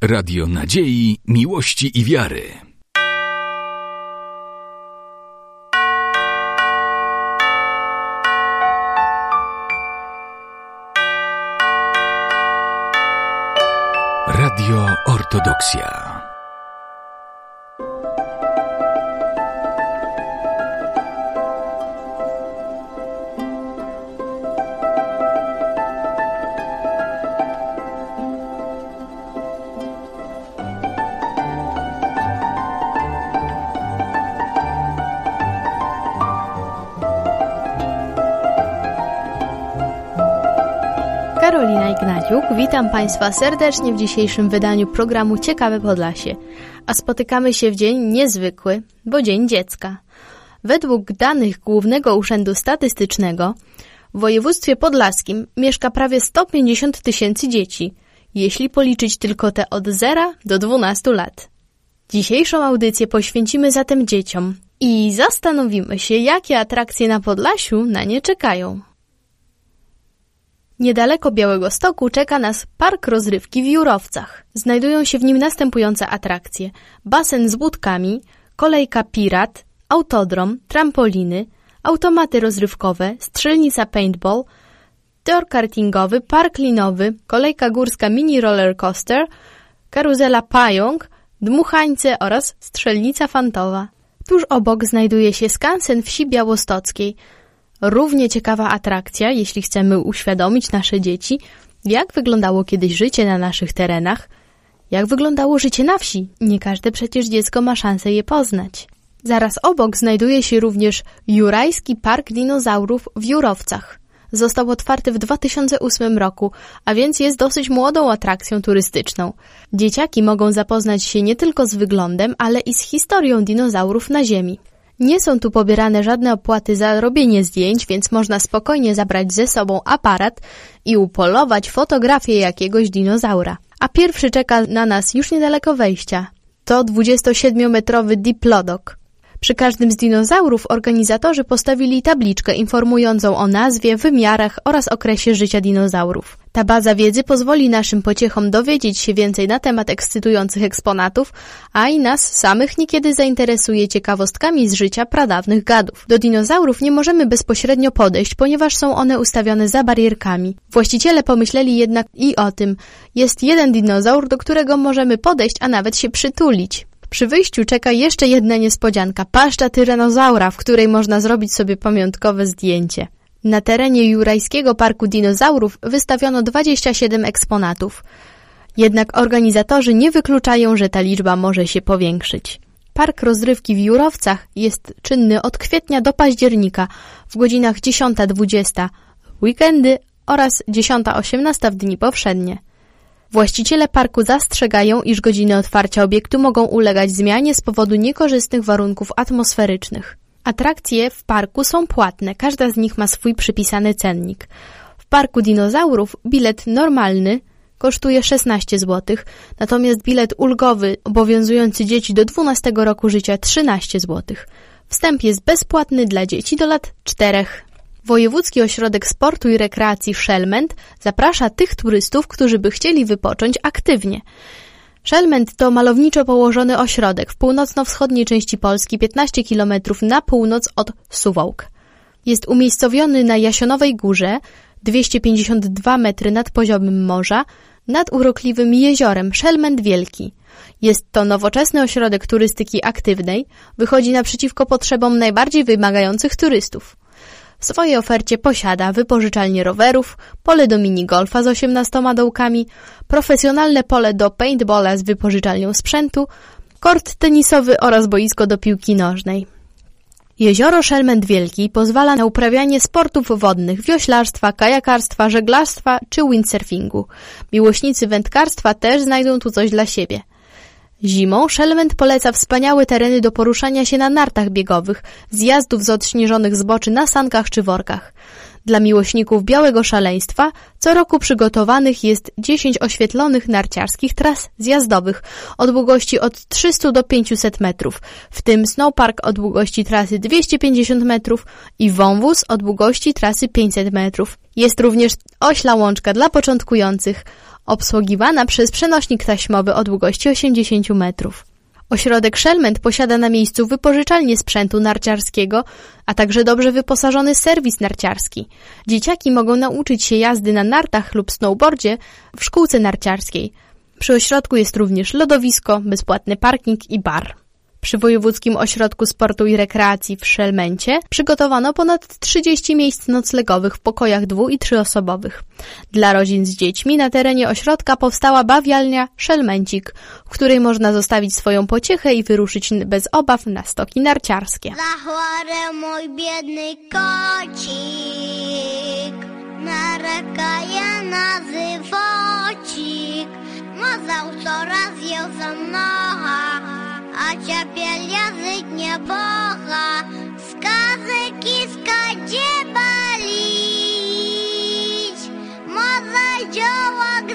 Radio nadziei, miłości i wiary. Radio Ortodoksja. Karolina Ignaciuk, witam Państwa serdecznie w dzisiejszym wydaniu programu Ciekawe Podlasie. A spotykamy się w dzień niezwykły, bo Dzień Dziecka. Według danych Głównego Urzędu Statystycznego w województwie podlaskim mieszka prawie 150 000 dzieci, jeśli policzyć tylko te od 0 do 12 lat. Dzisiejszą audycję poświęcimy zatem dzieciom i zastanowimy się, jakie atrakcje na Podlasiu na nie czekają. Niedaleko Białegostoku czeka nas park rozrywki w Jurowcach. Znajdują się w nim następujące atrakcje: basen z łódkami, kolejka Pirat, autodrom, trampoliny, automaty rozrywkowe, strzelnica paintball, tor kartingowy, park linowy, kolejka górska mini roller coaster, karuzela pająk, dmuchańce oraz strzelnica fantowa. Tuż obok znajduje się skansen wsi białostockiej. Równie ciekawa atrakcja, jeśli chcemy uświadomić nasze dzieci, jak wyglądało kiedyś życie na naszych terenach, jak wyglądało życie na wsi. Nie każde przecież dziecko ma szansę je poznać. Zaraz obok znajduje się również Jurajski Park Dinozaurów w Jurowcach. Został otwarty w 2008 roku, a więc jest dosyć młodą atrakcją turystyczną. Dzieciaki mogą zapoznać się nie tylko z wyglądem, ale i z historią dinozaurów na Ziemi. Nie są tu pobierane żadne opłaty za robienie zdjęć, więc można spokojnie zabrać ze sobą aparat i upolować fotografię jakiegoś dinozaura. A pierwszy czeka na nas już niedaleko wejścia. To 27-metrowy Diplodok. Przy każdym z dinozaurów organizatorzy postawili tabliczkę informującą o nazwie, wymiarach oraz okresie życia dinozaurów. Ta baza wiedzy pozwoli naszym pociechom dowiedzieć się więcej na temat ekscytujących eksponatów, a i nas samych niekiedy zainteresuje ciekawostkami z życia pradawnych gadów. Do dinozaurów nie możemy bezpośrednio podejść, ponieważ są one ustawione za barierkami. Właściciele pomyśleli jednak i o tym. Jest jeden dinozaur, do którego możemy podejść, a nawet się przytulić. Przy wyjściu czeka jeszcze jedna niespodzianka – paszcza tyranozaura, w której można zrobić sobie pamiątkowe zdjęcie. Na terenie Jurajskiego Parku Dinozaurów wystawiono 27 eksponatów. Jednak organizatorzy nie wykluczają, że ta liczba może się powiększyć. Park rozrywki w Jurowcach jest czynny od kwietnia do października w godzinach 10:20 w weekendy oraz 10:18 w dni powszednie. Właściciele parku zastrzegają, iż godziny otwarcia obiektu mogą ulegać zmianie z powodu niekorzystnych warunków atmosferycznych. Atrakcje w parku są płatne, każda z nich ma swój przypisany cennik. W parku dinozaurów bilet normalny kosztuje 16 zł, natomiast bilet ulgowy obowiązujący dzieci do 12 roku życia 13 zł. Wstęp jest bezpłatny dla dzieci do lat 4. Wojewódzki Ośrodek Sportu i Rekreacji Szelment zaprasza tych turystów, którzy by chcieli wypocząć aktywnie. Szelment to malowniczo położony ośrodek w północno-wschodniej części Polski, 15 km na północ od Suwałk. Jest umiejscowiony na Jasionowej Górze, 252 metry nad poziomem morza, nad urokliwym jeziorem Szelment Wielki. Jest to nowoczesny ośrodek turystyki aktywnej, wychodzi naprzeciwko potrzebom najbardziej wymagających turystów. W swojej ofercie posiada wypożyczalnię rowerów, pole do minigolfa z 18 dołkami, profesjonalne pole do paintballa z wypożyczalnią sprzętu, kort tenisowy oraz boisko do piłki nożnej. Jezioro Szelment Wielki pozwala na uprawianie sportów wodnych, wioślarstwa, kajakarstwa, żeglarstwa czy windsurfingu. Miłośnicy wędkarstwa też znajdą tu coś dla siebie. Zimą Szelment poleca wspaniałe tereny do poruszania się na nartach biegowych, zjazdów z odśnieżonych zboczy na sankach czy workach. Dla miłośników białego szaleństwa co roku przygotowanych jest 10 oświetlonych narciarskich tras zjazdowych o długości od 300 do 500 metrów, w tym snowpark o długości trasy 250 metrów i wąwóz o długości trasy 500 metrów. Jest również ośla łączka dla początkujących obsługiwana przez przenośnik taśmowy o długości 80 metrów. Ośrodek Szelment posiada na miejscu wypożyczalnię sprzętu narciarskiego, a także dobrze wyposażony serwis narciarski. Dzieciaki mogą nauczyć się jazdy na nartach lub snowboardzie w szkółce narciarskiej. Przy ośrodku jest również lodowisko, bezpłatny parking i bar. Przy Wojewódzkim Ośrodku Sportu i Rekreacji w Szelmencie przygotowano ponad 30 miejsc noclegowych w pokojach 2- i 3-osobowych. Dla rodzin z dziećmi na terenie ośrodka powstała bawialnia Szelmencik, w której można zostawić swoją pociechę i wyruszyć bez obaw na stoki narciarskie. Za chore mój biedny kocik, na reka ja nazywocik, mazał coraz ją za noha, a ciapiel jazyk nie boha, skazy kiska gdzie balić, moza dziołak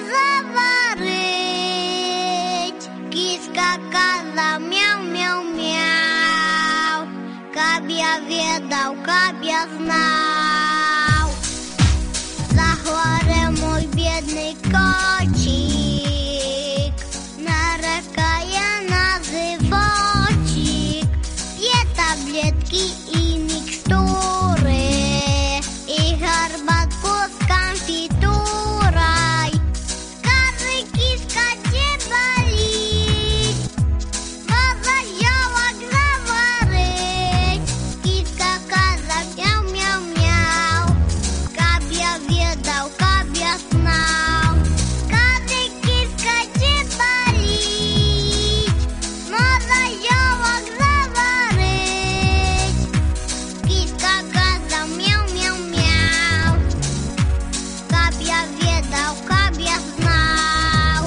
zawaryć, kiska kaza miał, miał, miał, kabia wiedał, kabia znał. Za chore mój biedny kocik, na reka ja nazywocik, je tabletki i mikstury, i herbatku z konfituraj, skazy kiska gdzie balić, woza ziołak zawaryć, kiska kaza miał, miał, miał, kabia wiedał, kabia znał, skazy kiska gdzie balić, moza ziołak zawaryć, kiska kaza miał, miał, miał, kabia wiedał, kabia znał.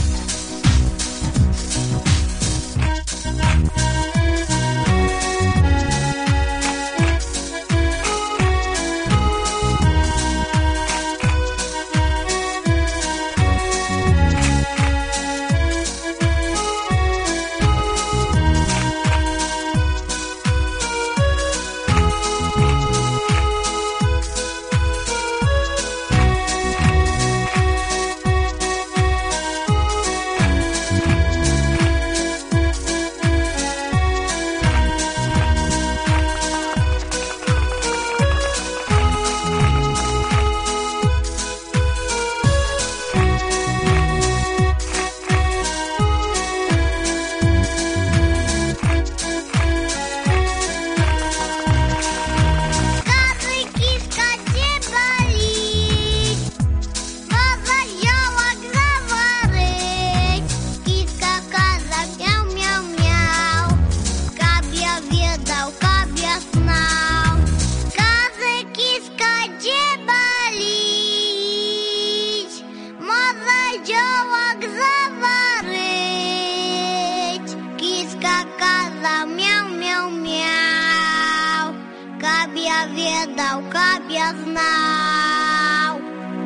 Skazy kiska gdzie balić, woza ziołak zawaryć, kiska kaza miał, miał, miał, kabia wiedał, kabia znał. Skazy kiska gdzie balić, moza ziołak zawaryć, kiska kaza miał, miał, miał, kabia wiedał, kabia znał.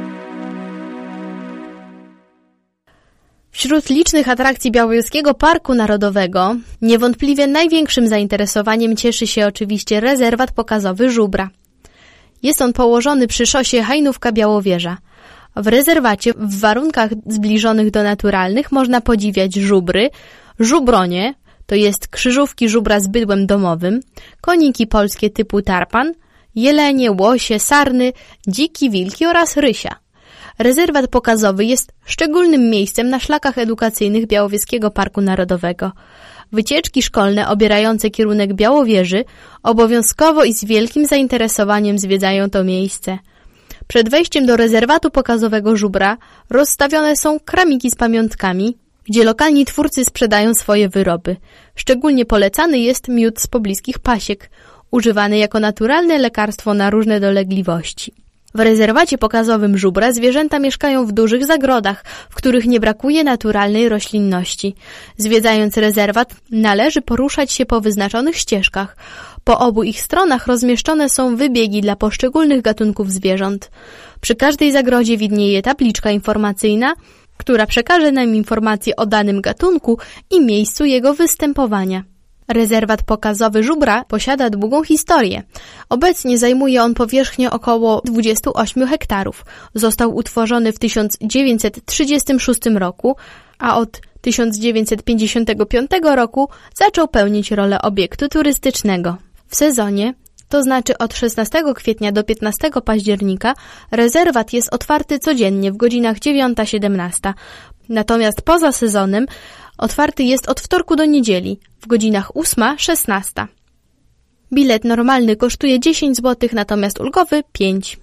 Wśród licznych atrakcji Białowieskiego Parku Narodowego niewątpliwie największym zainteresowaniem cieszy się oczywiście rezerwat pokazowy Żubra. Jest on położony przy szosie Hajnówka-Białowieża. W rezerwacie w warunkach zbliżonych do naturalnych można podziwiać żubry, żubronie, to jest krzyżówki żubra z bydłem domowym, koniki polskie typu tarpan, jelenie, łosie, sarny, dziki, wilki oraz rysia. Rezerwat pokazowy jest szczególnym miejscem na szlakach edukacyjnych Białowieskiego Parku Narodowego. Wycieczki szkolne obierające kierunek Białowieży obowiązkowo i z wielkim zainteresowaniem zwiedzają to miejsce. Przed wejściem do rezerwatu pokazowego Żubra rozstawione są kramiki z pamiątkami, gdzie lokalni twórcy sprzedają swoje wyroby. Szczególnie polecany jest miód z pobliskich pasiek, używany jako naturalne lekarstwo na różne dolegliwości. W rezerwacie pokazowym Żubra zwierzęta mieszkają w dużych zagrodach, w których nie brakuje naturalnej roślinności. Zwiedzając rezerwat, należy poruszać się po wyznaczonych ścieżkach. Po obu ich stronach rozmieszczone są wybiegi dla poszczególnych gatunków zwierząt. Przy każdej zagrodzie widnieje tabliczka informacyjna, która przekaże nam informacje o danym gatunku i miejscu jego występowania. Rezerwat pokazowy Żubra posiada długą historię. Obecnie zajmuje on powierzchnię około 28 hektarów. Został utworzony w 1936 roku, a od 1955 roku zaczął pełnić rolę obiektu turystycznego. W sezonie, to znaczy od 16 kwietnia do 15 października, rezerwat jest otwarty codziennie w godzinach 9-17. Natomiast poza sezonem otwarty jest od wtorku do niedzieli w godzinach 8-16. Bilet normalny kosztuje 10 zł, natomiast ulgowy 5.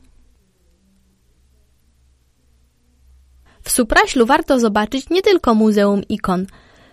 W Supraślu warto zobaczyć nie tylko Muzeum Ikon.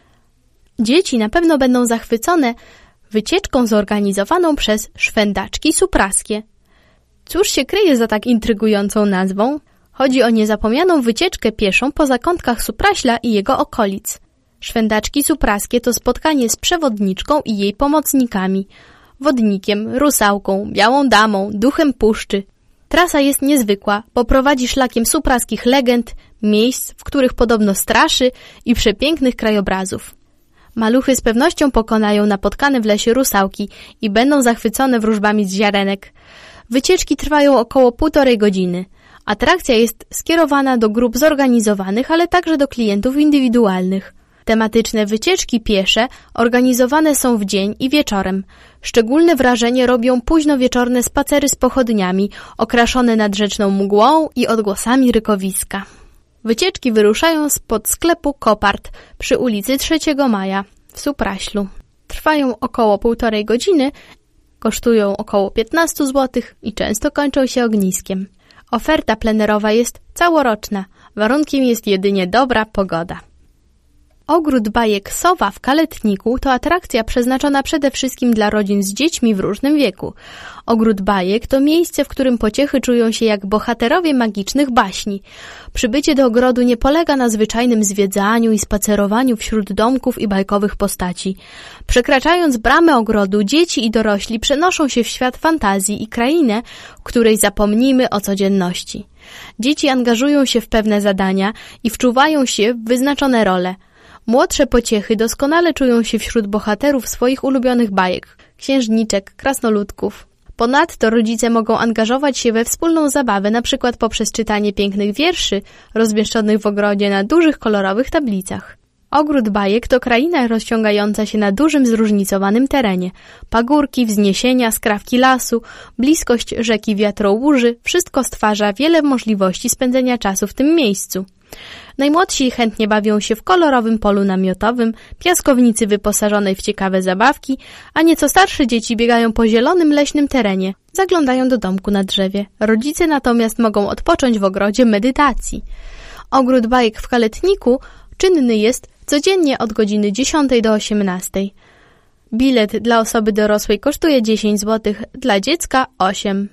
Dzieci na pewno będą zachwycone wycieczką zorganizowaną przez Szwędaczki Supraskie. Cóż się kryje za tak intrygującą nazwą? Chodzi o niezapomnianą wycieczkę pieszą po zakątkach Supraśla i jego okolic. Szwędaczki Supraskie to spotkanie z przewodniczką i jej pomocnikami, wodnikiem, rusałką, białą damą, duchem puszczy. Trasa jest niezwykła, bo prowadzi szlakiem supraskich legend, miejsc, w których podobno straszy i przepięknych krajobrazów. Maluchy z pewnością pokonają napotkane w lesie rusałki i będą zachwycone wróżbami z ziarenek. Wycieczki trwają około 1,5 godziny. Atrakcja jest skierowana do grup zorganizowanych, ale także do klientów indywidualnych. Tematyczne wycieczki piesze organizowane są w dzień i wieczorem. Szczególne wrażenie robią późnowieczorne spacery z pochodniami, okraszone nadrzeczną mgłą i odgłosami rykowiska. Wycieczki wyruszają spod sklepu Kopart przy ulicy 3 Maja w Supraślu. Trwają około 1,5 godziny, kosztują około 15 zł i często kończą się ogniskiem. Oferta plenerowa jest całoroczna, warunkiem jest jedynie dobra pogoda. Ogród bajek Sowa w Kaletniku to atrakcja przeznaczona przede wszystkim dla rodzin z dziećmi w różnym wieku. Ogród bajek to miejsce, w którym pociechy czują się jak bohaterowie magicznych baśni. Przybycie do ogrodu nie polega na zwyczajnym zwiedzaniu i spacerowaniu wśród domków i bajkowych postaci. Przekraczając bramę ogrodu, dzieci i dorośli przenoszą się w świat fantazji i krainę, w której zapomnimy o codzienności. Dzieci angażują się w pewne zadania i wczuwają się w wyznaczone role. Młodsze pociechy doskonale czują się wśród bohaterów swoich ulubionych bajek, księżniczek, krasnoludków. Ponadto rodzice mogą angażować się we wspólną zabawę, np. poprzez czytanie pięknych wierszy rozmieszczonych w ogrodzie na dużych kolorowych tablicach. Ogród bajek to kraina rozciągająca się na dużym, zróżnicowanym terenie. Pagórki, wzniesienia, skrawki lasu, bliskość rzeki Wiatrołuży – wszystko stwarza wiele możliwości spędzenia czasu w tym miejscu. Najmłodsi chętnie bawią się w kolorowym polu namiotowym, piaskownicy wyposażonej w ciekawe zabawki, a nieco starsze dzieci biegają po zielonym, leśnym terenie, zaglądają do domku na drzewie. Rodzice natomiast mogą odpocząć w ogrodzie medytacji. Ogród bajek w Kaletniku czynny jest codziennie od godziny 10 do 18. Bilet dla osoby dorosłej kosztuje 10 zł, dla dziecka 8.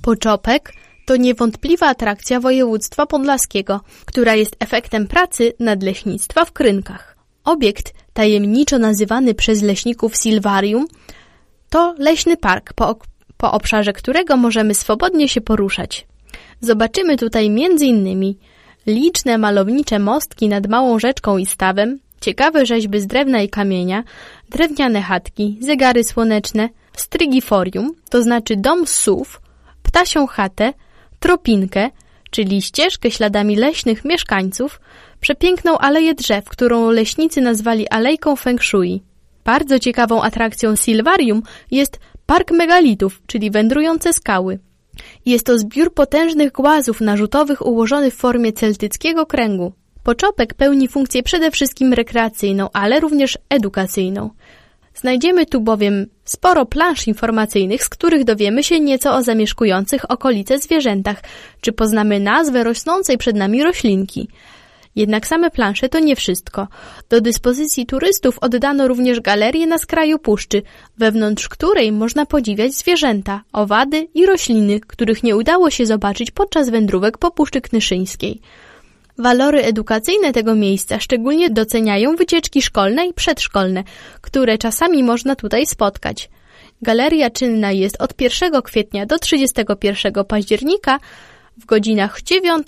Poczopek to niewątpliwa atrakcja województwa podlaskiego, która jest efektem pracy nadleśnictwa w Krynkach. Obiekt tajemniczo nazywany przez leśników Silvarium to leśny park, po obszarze którego możemy swobodnie się poruszać. Zobaczymy tutaj m.in. liczne malownicze mostki nad małą rzeczką i stawem, ciekawe rzeźby z drewna i kamienia, drewniane chatki, zegary słoneczne, strygiforium, to znaczy dom z sów, ptasią chatę, tropinkę, czyli ścieżkę śladami leśnych mieszkańców, przepiękną aleję drzew, którą leśnicy nazwali alejką Feng Shui. Bardzo ciekawą atrakcją Silvarium jest Park Megalitów, czyli wędrujące skały. Jest to zbiór potężnych głazów narzutowych ułożony w formie celtyckiego kręgu. Poczopek pełni funkcję przede wszystkim rekreacyjną, ale również edukacyjną. Znajdziemy tu bowiem sporo plansz informacyjnych, z których dowiemy się nieco o zamieszkujących okolice zwierzętach, czy poznamy nazwę rosnącej przed nami roślinki. Jednak same plansze to nie wszystko. Do dyspozycji turystów oddano również galerię na skraju puszczy, wewnątrz której można podziwiać zwierzęta, owady i rośliny, których nie udało się zobaczyć podczas wędrówek po Puszczy Knyszyńskiej. Walory edukacyjne tego miejsca szczególnie doceniają wycieczki szkolne i przedszkolne, które czasami można tutaj spotkać. Galeria czynna jest od 1 kwietnia do 31 października w godzinach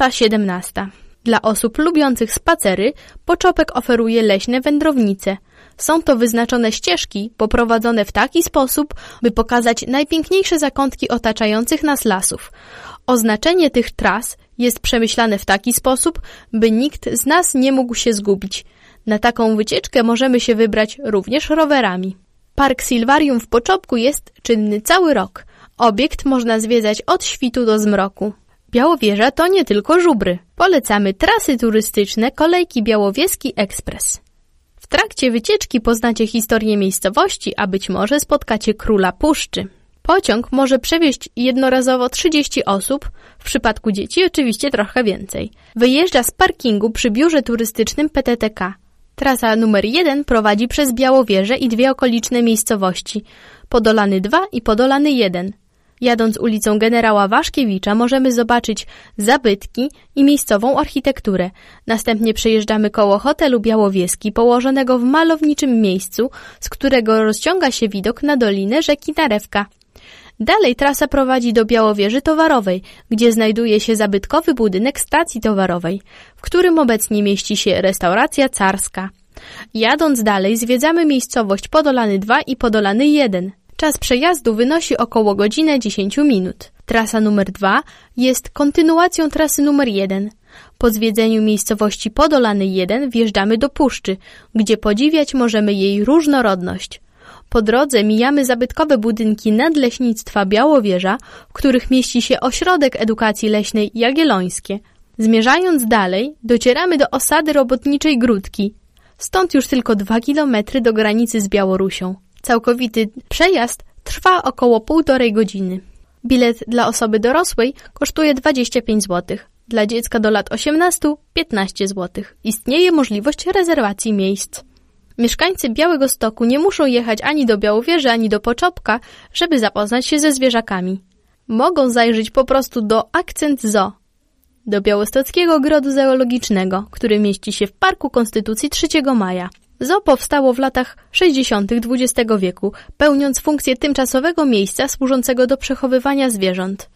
9-17. Dla osób lubiących spacery Poczopek oferuje leśne wędrownice. Są to wyznaczone ścieżki poprowadzone w taki sposób, by pokazać najpiękniejsze zakątki otaczających nas lasów. Oznaczenie tych tras jest przemyślane w taki sposób, by nikt z nas nie mógł się zgubić. Na taką wycieczkę możemy się wybrać również rowerami. Park Silvarium w Poczopku jest czynny cały rok. Obiekt można zwiedzać od świtu do zmroku. Białowieża to nie tylko żubry. Polecamy trasy turystyczne kolejki Białowieski Ekspres. W trakcie wycieczki poznacie historię miejscowości, a być może spotkacie króla puszczy. Pociąg może przewieźć jednorazowo 30 osób, w przypadku dzieci oczywiście trochę więcej. Wyjeżdża z parkingu przy biurze turystycznym PTTK. Trasa numer 1 prowadzi przez Białowieżę i 2 okoliczne miejscowości, Podolany 2 i Podolany 1. Jadąc ulicą Generała Waszkiewicza możemy zobaczyć zabytki i miejscową architekturę. Następnie przejeżdżamy koło hotelu Białowieski, położonego w malowniczym miejscu, z którego rozciąga się widok na dolinę rzeki Narewka. Dalej trasa prowadzi do Białowieży Towarowej, gdzie znajduje się zabytkowy budynek stacji towarowej, w którym obecnie mieści się restauracja carska. Jadąc dalej zwiedzamy miejscowość Podolany 2 i Podolany 1. Czas przejazdu wynosi około godzinę 10 minut. Trasa numer 2 jest kontynuacją trasy numer 1. Po zwiedzeniu miejscowości Podolany 1 wjeżdżamy do puszczy, gdzie podziwiać możemy jej różnorodność. Po drodze mijamy zabytkowe budynki Nadleśnictwa Białowieża, w których mieści się Ośrodek Edukacji Leśnej Jagiellońskie. Zmierzając dalej, docieramy do osady robotniczej Gródki. Stąd już tylko 2 km do granicy z Białorusią. Całkowity przejazd trwa około 1,5 godziny. Bilet dla osoby dorosłej kosztuje 25 zł. Dla dziecka do lat 18 – 15 zł. Istnieje możliwość rezerwacji miejsc. Mieszkańcy Białegostoku nie muszą jechać ani do Białowieży, ani do Poczopka, żeby zapoznać się ze zwierzakami. Mogą zajrzeć po prostu do Akcent Zoo, do Białostockiego Ogrodu Zoologicznego, który mieści się w Parku Konstytucji 3 maja. Zoo powstało w latach 60. XX wieku, pełniąc funkcję tymczasowego miejsca służącego do przechowywania zwierząt.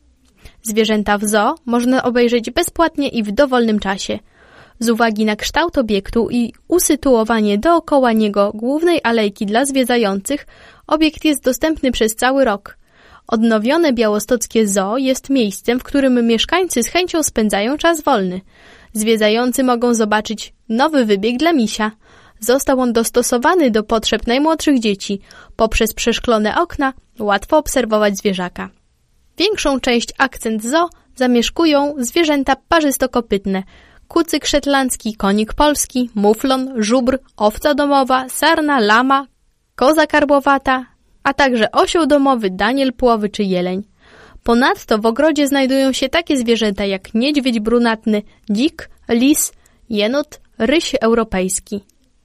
Zwierzęta w zoo można obejrzeć bezpłatnie i w dowolnym czasie. Z uwagi na kształt obiektu i usytuowanie dookoła niego głównej alejki dla zwiedzających, obiekt jest dostępny przez cały rok. Odnowione białostockie zoo jest miejscem, w którym mieszkańcy z chęcią spędzają czas wolny. Zwiedzający mogą zobaczyć nowy wybieg dla misia. Został on dostosowany do potrzeb najmłodszych dzieci. Poprzez przeszklone okna łatwo obserwować zwierzaka. Większą część Akcent Zoo zamieszkują zwierzęta parzystokopytne. Kucyk szetlandzki, konik polski, muflon, żubr, owca domowa, sarna, lama, koza karłowata, a także osioł domowy, daniel płowy czy jeleń. Ponadto w ogrodzie znajdują się takie zwierzęta jak niedźwiedź brunatny, dzik, lis, jenot, ryś europejski.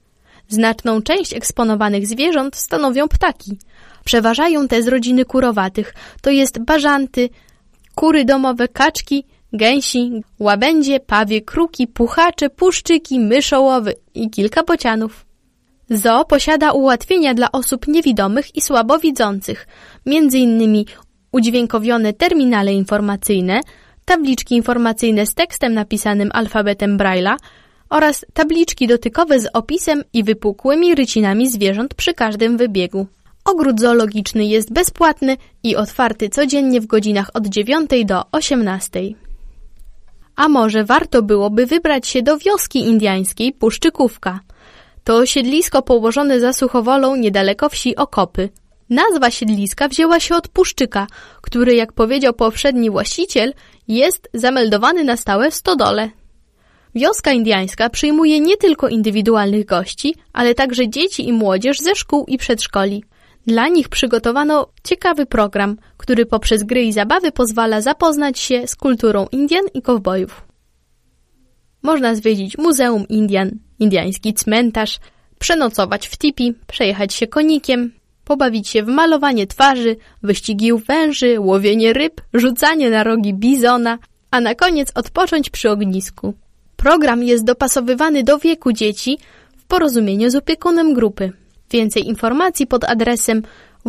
Znaczną część eksponowanych zwierząt stanowią ptaki. Przeważają te z rodziny kurowatych, to jest bażanty, kury domowe, kaczki, gęsi, łabędzie, pawie, kruki, puchacze, puszczyki, myszołowy i kilka bocianów. Zoo posiada ułatwienia dla osób niewidomych i słabowidzących, m.in. udźwiękowione terminale informacyjne, tabliczki informacyjne z tekstem napisanym alfabetem Braille'a oraz tabliczki dotykowe z opisem i wypukłymi rycinami zwierząt przy każdym wybiegu. Ogród zoologiczny jest bezpłatny i otwarty codziennie w godzinach od 9 do 18. A może warto byłoby wybrać się do wioski indyjskiej Puszczykówka. To osiedlisko położone za Suchowolą niedaleko wsi Okopy. Nazwa siedliska wzięła się od puszczyka, który, jak powiedział poprzedni właściciel, jest zameldowany na stałe w stodole. Wioska indyjska przyjmuje nie tylko indywidualnych gości, ale także dzieci i młodzież ze szkół i przedszkoli. Dla nich przygotowano ciekawy program, który poprzez gry i zabawy pozwala zapoznać się z kulturą Indian i kowbojów. Można zwiedzić Muzeum Indian, indyjski cmentarz, przenocować w tipi, przejechać się konikiem, pobawić się w malowanie twarzy, wyścigi węży, łowienie ryb, rzucanie na rogi bizona, a na koniec odpocząć przy ognisku. Program jest dopasowywany do wieku dzieci w porozumieniu z opiekunem grupy. Więcej informacji pod adresem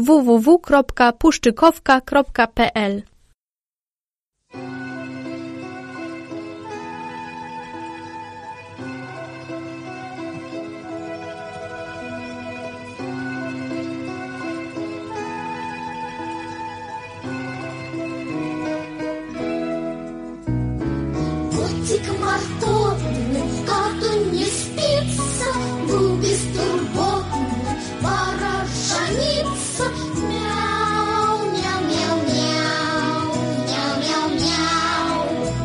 www.puszczykowka.pl. Котик мартонный, карту не спится, был бесturботный, пора жениться. Мяу, мяу, мяу, мяу, мяу, мяу, мяу.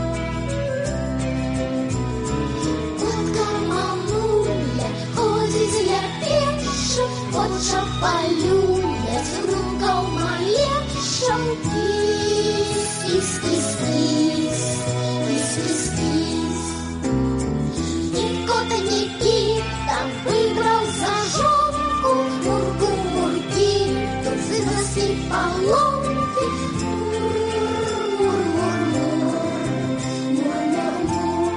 Котка мамуля, ходит я пеша, под шапалюля, с ругал малеша. Кис, кис, кис, кис. Никота Никита выбрал зажонку, мурку-муркиту, выноси поломки. Мур-мур-мур, мур-мур-мур.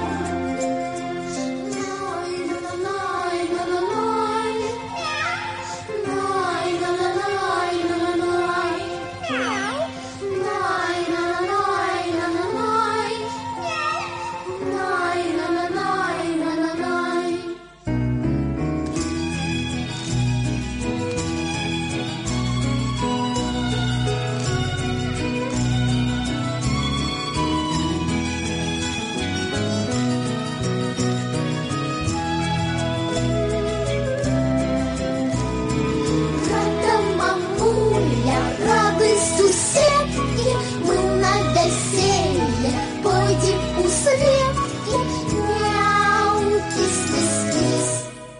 Най-на-на-най-на-на-най, най-на-на-най-на-на-най, суседки, мы на веселье пойдем у Светки. Мяу, кис-кис-кис,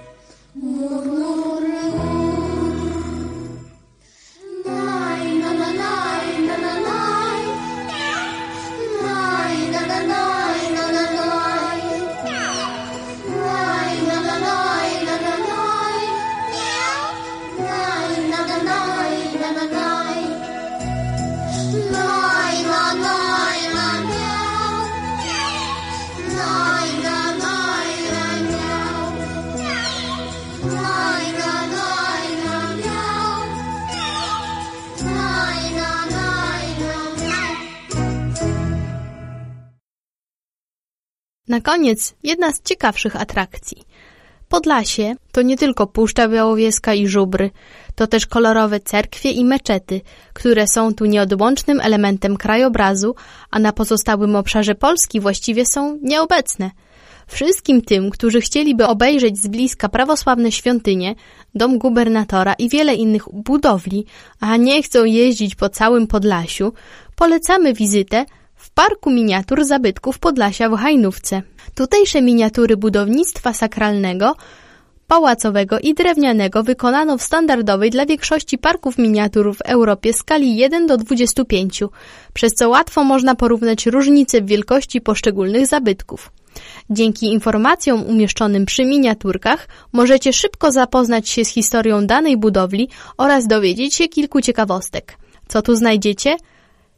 мур-мур-мур. Най-на-на-най-на-на-най, най-на-на-най-на-на-най, най-на-на-най-на-на-най, най-на-на-най-на-на-най. Na koniec jedna z ciekawszych atrakcji. Podlasie to nie tylko Puszcza Białowieska i Żubry, to też kolorowe cerkwie i meczety, które są tu nieodłącznym elementem krajobrazu, a na pozostałym obszarze Polski właściwie są nieobecne. Wszystkim tym, którzy chcieliby obejrzeć z bliska prawosławne świątynie, dom gubernatora i wiele innych budowli, a nie chcą jeździć po całym Podlasiu, polecamy wizytę w Parku Miniatur Zabytków Podlasia w Hajnówce. Tutejsze miniatury budownictwa sakralnego, pałacowego i drewnianego wykonano w standardowej dla większości parków miniatur w Europie skali 1 do 25, przez co łatwo można porównać różnice w wielkości poszczególnych zabytków. Dzięki informacjom umieszczonym przy miniaturkach możecie szybko zapoznać się z historią danej budowli oraz dowiedzieć się kilku ciekawostek. Co tu znajdziecie?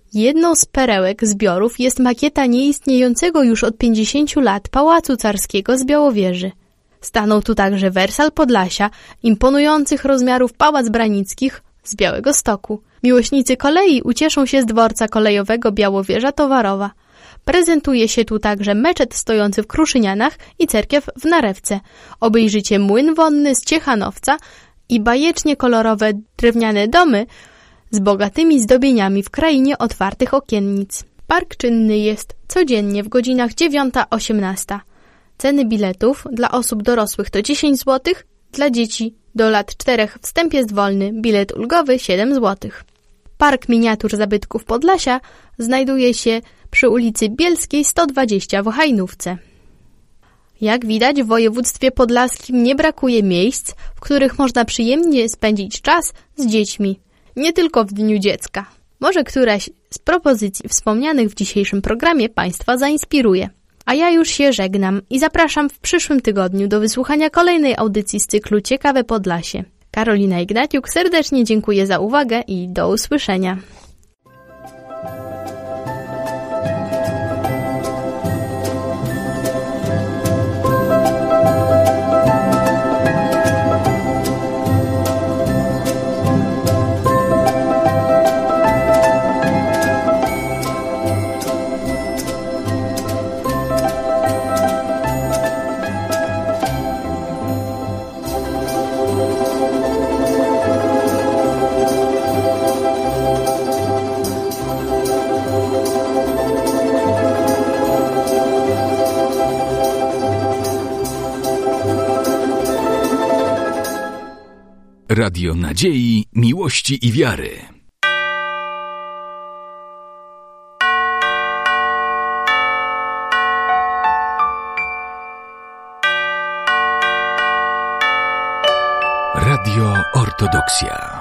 Jedną z perełek zbiorów jest makieta nieistniejącego już od 50 lat Pałacu Carskiego z Białowieży. Stanął tu także Wersal Podlasia, imponujących rozmiarów Pałac Branickich z Białegostoku. Miłośnicy kolei ucieszą się z dworca kolejowego Białowieża Towarowa. Prezentuje się tu także meczet stojący w Kruszynianach i cerkiew w Narewce. Obejrzycie młyn wonny z Ciechanowca i bajecznie kolorowe drewniane domy z bogatymi zdobieniami w krainie otwartych okiennic. Park czynny jest codziennie w godzinach 9-18. Ceny biletów dla osób dorosłych to 10 zł, dla dzieci do lat 4 wstęp jest wolny, bilet ulgowy 7 zł. Park Miniatur Zabytków Podlasia znajduje się przy ulicy Bielskiej 120 w Hajnówce. Jak widać, w województwie podlaskim nie brakuje miejsc, w których można przyjemnie spędzić czas z dziećmi. Nie tylko w Dniu Dziecka. Może któraś z propozycji wspomnianych w dzisiejszym programie Państwa zainspiruje. A ja już się żegnam i zapraszam w przyszłym tygodniu do wysłuchania kolejnej audycji z cyklu Ciekawe Podlasie. Karolina Ignaciuk serdecznie dziękuję za uwagę i do usłyszenia. Radio Nadziei, Miłości i Wiary. Radio Ortodoksja.